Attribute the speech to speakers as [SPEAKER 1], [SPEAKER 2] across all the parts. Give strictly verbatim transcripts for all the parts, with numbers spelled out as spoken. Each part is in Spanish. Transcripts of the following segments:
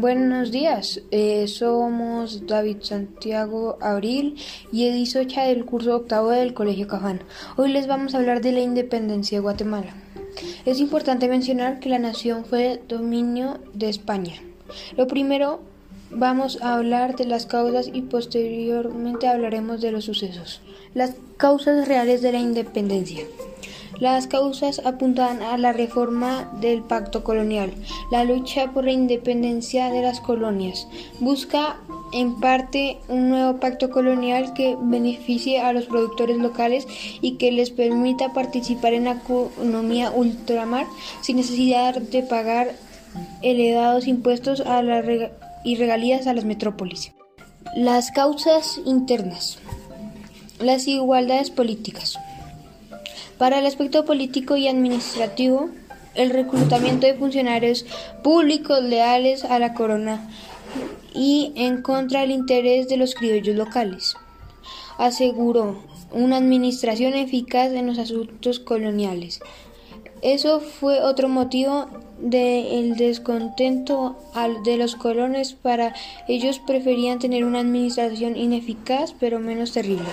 [SPEAKER 1] Buenos días, eh, somos David Santiago Abril y Edith Socha del curso octavo del Colegio Cafán. Hoy les vamos a hablar de la independencia de Guatemala. Es importante mencionar que la nación fue dominio de España. Lo primero, vamos a hablar de las causas y posteriormente hablaremos de los sucesos. Las causas reales de la independencia. Las causas apuntan a la reforma del pacto colonial. La lucha por la independencia de las colonias busca en parte un nuevo pacto colonial que beneficie a los productores locales y que les permita participar en la economía ultramar sin necesidad de pagar elevados impuestos a la reg- y regalías a las metrópolis. Las causas internas. Las igualdades políticas. Para el aspecto político y administrativo, el reclutamiento de funcionarios públicos leales a la corona y en contra del interés de los criollos locales. Aseguró una administración eficaz en los asuntos coloniales. Eso fue otro motivo del descontento de los colonos. Para ellos preferían tener una administración ineficaz pero menos terrible.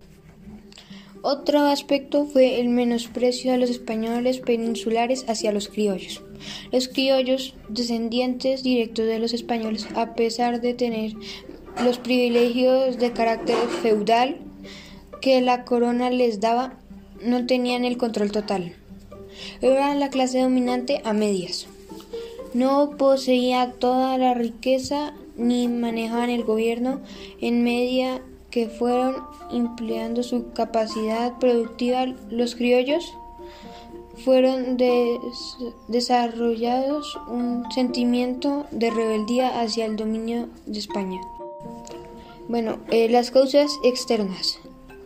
[SPEAKER 1] Otro aspecto fue el menosprecio de los españoles peninsulares hacia los criollos. Los criollos, descendientes directos de los españoles, a pesar de tener los privilegios de carácter feudal que la corona les daba, no tenían el control total. Era la clase dominante a medias. No poseía toda la riqueza ni manejaban el gobierno en media que fueron empleando su capacidad productiva. Los criollos fueron des- desarrollados un sentimiento de rebeldía hacia el dominio de España. Bueno, eh, las causas externas.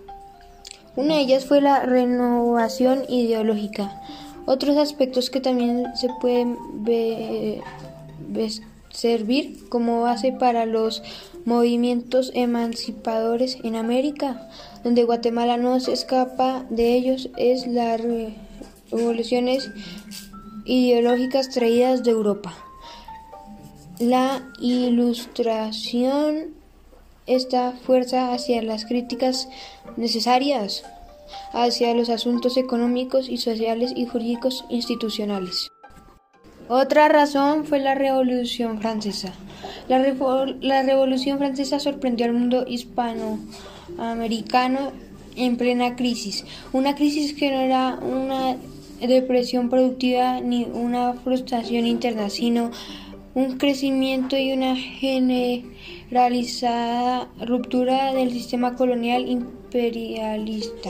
[SPEAKER 1] Una de ellas fue la renovación ideológica. Otros aspectos que también se pueden ve- ve- servir como base para los movimientos emancipadores en América, donde Guatemala no se escapa de ellos, es las revoluciones ideológicas traídas de Europa. La Ilustración, esta fuerza hacia las críticas necesarias hacia los asuntos económicos y sociales y jurídicos institucionales. Otra razón fue la Revolución Francesa. La, Revo- la Revolución Francesa sorprendió al mundo hispanoamericano en plena crisis. Una crisis que no era una depresión productiva ni una frustración interna, sino un crecimiento y una generalizada ruptura del sistema colonial imperialista.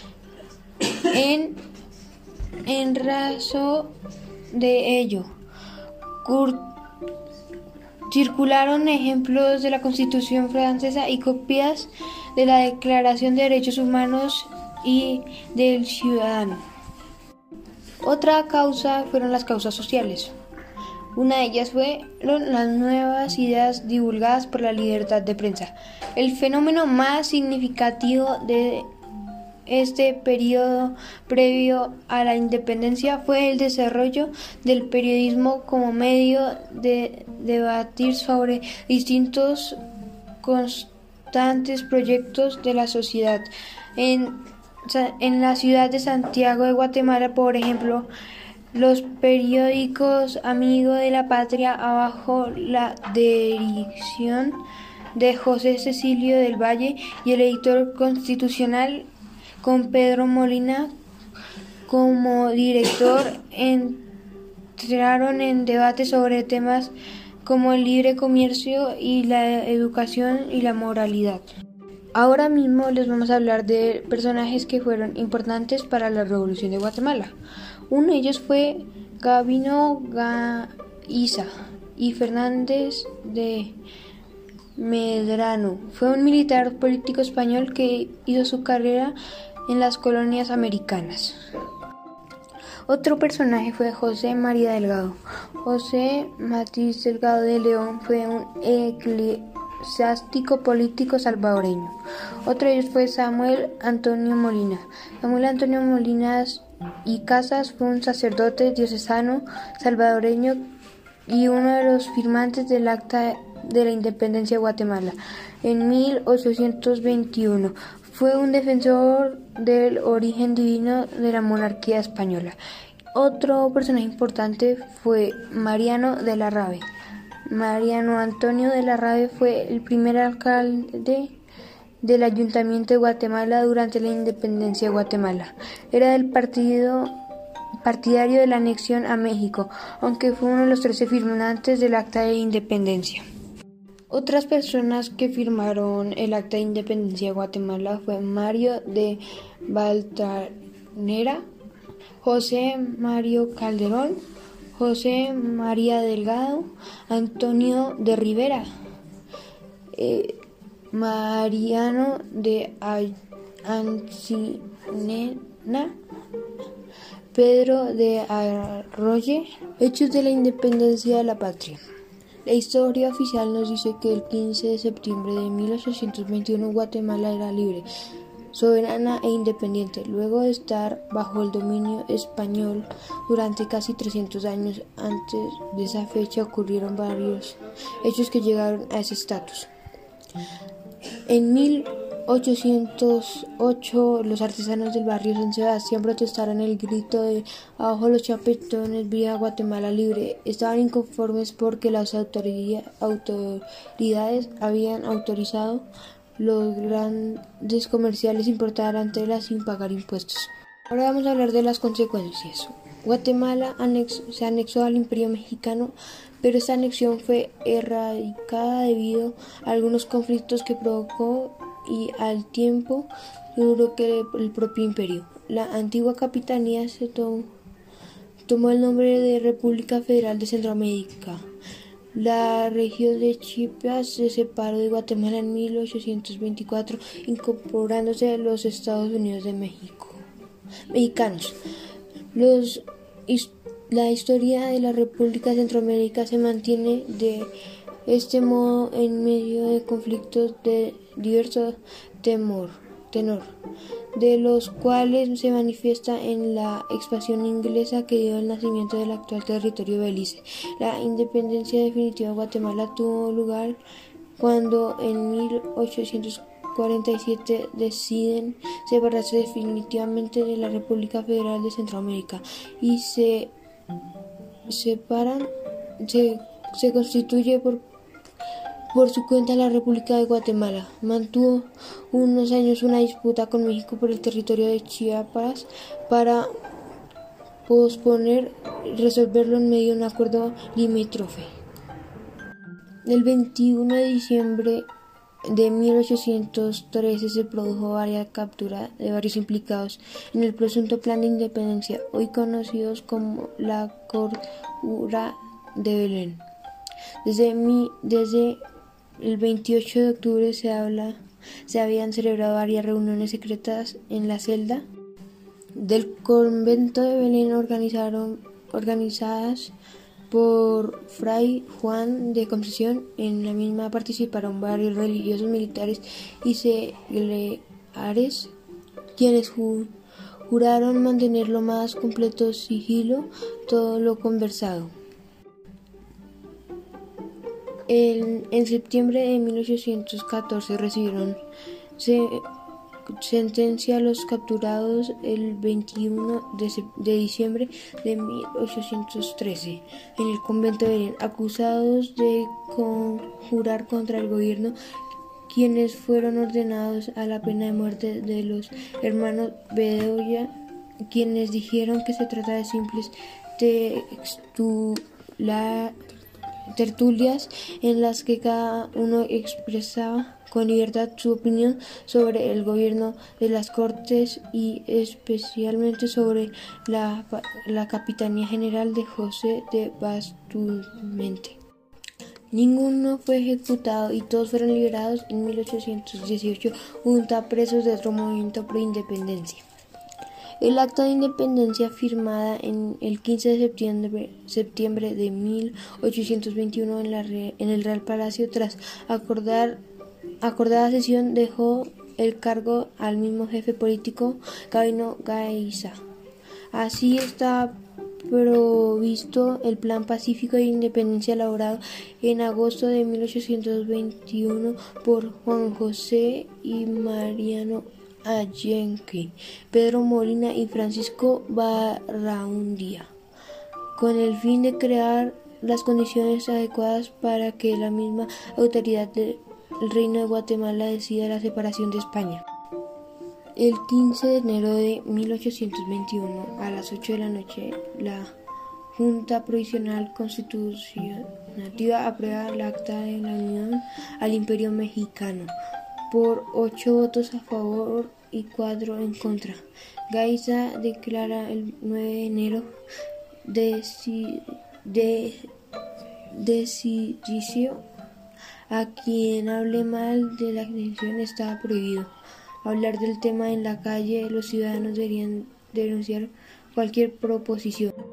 [SPEAKER 1] En, en razón de ello, Kurt, circularon ejemplos de la Constitución francesa y copias de la Declaración de Derechos Humanos y del Ciudadano. Otra causa fueron las causas sociales. Una de ellas fueron las nuevas ideas divulgadas por la libertad de prensa. El fenómeno más significativo de este periodo previo a la independencia fue el desarrollo del periodismo como medio de debatir sobre distintos constantes proyectos de la sociedad. En, en la ciudad de Santiago de Guatemala, por ejemplo, los periódicos Amigo de la Patria, bajo la dirección de José Cecilio del Valle, y el editor constitucional, con Pedro Molina como director, entraron en debate sobre temas como el libre comercio y la educación y la moralidad. Ahora mismo les vamos a hablar de personajes que fueron importantes para la Revolución de Guatemala. Uno de ellos fue Gabino Gaiza y Fernández de Medrano. Fue un militar político español que hizo su carrera en las colonias americanas. Otro personaje fue José María Delgado. José Matiz Delgado de León fue un eclesiástico político salvadoreño. Otro de ellos fue Samuel Antonio Molina. Samuel Antonio Molina y Casas fue un sacerdote diocesano salvadoreño y uno de los firmantes del Acta de la Independencia de Guatemala en mil ochocientos veintiuno. Fue un defensor del origen divino de la monarquía española. Otro personaje importante fue Mariano de Larrave. Mariano Antonio de Larrave fue el primer alcalde del Ayuntamiento de Guatemala durante la independencia de Guatemala. Era del partido partidario de la anexión a México, aunque fue uno de los trece firmantes del Acta de Independencia. Otras personas que firmaron el Acta de Independencia de Guatemala fue Mario de Balvanera, José Mario Calderón, José María Delgado, Antonio de Rivera, eh, Mariano de Ancinena, Pedro de Arroye. Hechos de la independencia de la patria. La historia oficial nos dice que el quince de septiembre de mil ochocientos veintiuno Guatemala era libre, soberana e independiente, luego de estar bajo el dominio español durante casi trescientos años. Antes de esa fecha ocurrieron varios hechos que llegaron a ese estatus. En mil ochocientos ocho, los artesanos del barrio San Sebastián protestaron el grito de "Abajo los chapetones, viva Guatemala libre". Estaban inconformes porque las autoridades habían autorizado los grandes comerciales importaran telas sin pagar impuestos. Ahora vamos a hablar de las consecuencias. Guatemala anex- se anexó al Imperio Mexicano, pero esta anexión fue erradicada debido a algunos conflictos que provocó y al tiempo duró que el propio imperio. La antigua capitanía se tomó, tomó el nombre de República Federal de Centroamérica. La región de Chiapas se separó de Guatemala en mil ochocientos veinticuatro, incorporándose a los Estados Unidos de México. Mexicanos. Los, la historia de la República de Centroamérica se mantiene de este modo en medio de conflictos de diverso temor, tenor, de los cuales se manifiesta en la expansión inglesa que dio el nacimiento del actual territorio Belice. La independencia definitiva de Guatemala tuvo lugar cuando en mil ochocientos cuarenta y siete deciden separarse definitivamente de la República Federal de Centroamérica y se separan, se, se constituye por Por su cuenta, la República de Guatemala mantuvo unos años una disputa con México por el territorio de Chiapas para posponer resolverlo en medio de un acuerdo limítrofe. El veintiuno de diciembre de mil ochocientos trece se produjo varias capturas de varios implicados en el presunto plan de independencia, hoy conocidos como la Cordura de Belén. Desde, mi, desde el veintiocho de octubre se, habla, se habían celebrado varias reuniones secretas en la celda del convento de Belén organizaron, organizadas por Fray Juan de Concesión. En la misma participaron varios religiosos, militares y seglares, quienes ju, juraron mantener lo más completo sigilo todo lo conversado. En, en septiembre de mil ochocientos catorce recibieron se, sentencia a los capturados el veintiuno de, de diciembre de mil ochocientos trece en el convento de Belén, acusados de conjurar contra el gobierno, quienes fueron ordenados a la pena de muerte de los hermanos Bedoya, quienes dijeron que se trata de simples textula, tertulias en las que cada uno expresaba con libertad su opinión sobre el gobierno de las Cortes y especialmente sobre la, la Capitanía General de José de Bastumente. Ninguno fue ejecutado y todos fueron liberados. En mil ochocientos dieciocho junto a presos de otro movimiento pro independencia. El Acta de Independencia, firmada en el quince de septiembre, septiembre de mil ochocientos veintiuno en, la, en el Real Palacio, tras acordar, acordada sesión, dejó el cargo al mismo jefe político, Gabino Gaiza. Así, esta provisto el Plan Pacífico de Independencia elaborado en agosto de mil ochocientos veintiuno por Juan José y Mariano Allenque, Pedro Molina y Francisco Barraundía, con el fin de crear las condiciones adecuadas para que la misma autoridad del Reino de Guatemala decida la separación de España. El quince de enero de mil ochocientos veintiuno, a las ocho de la noche, la Junta Provisional Constitutiva aprueba el Acta de la Unión al Imperio Mexicano por ocho votos a favor y cuatro en contra. Gaiza declara el nueve de enero de, de, de silicio. A quien hable mal de la extensión está prohibido hablar del tema en la calle. Los ciudadanos deberían denunciar cualquier proposición.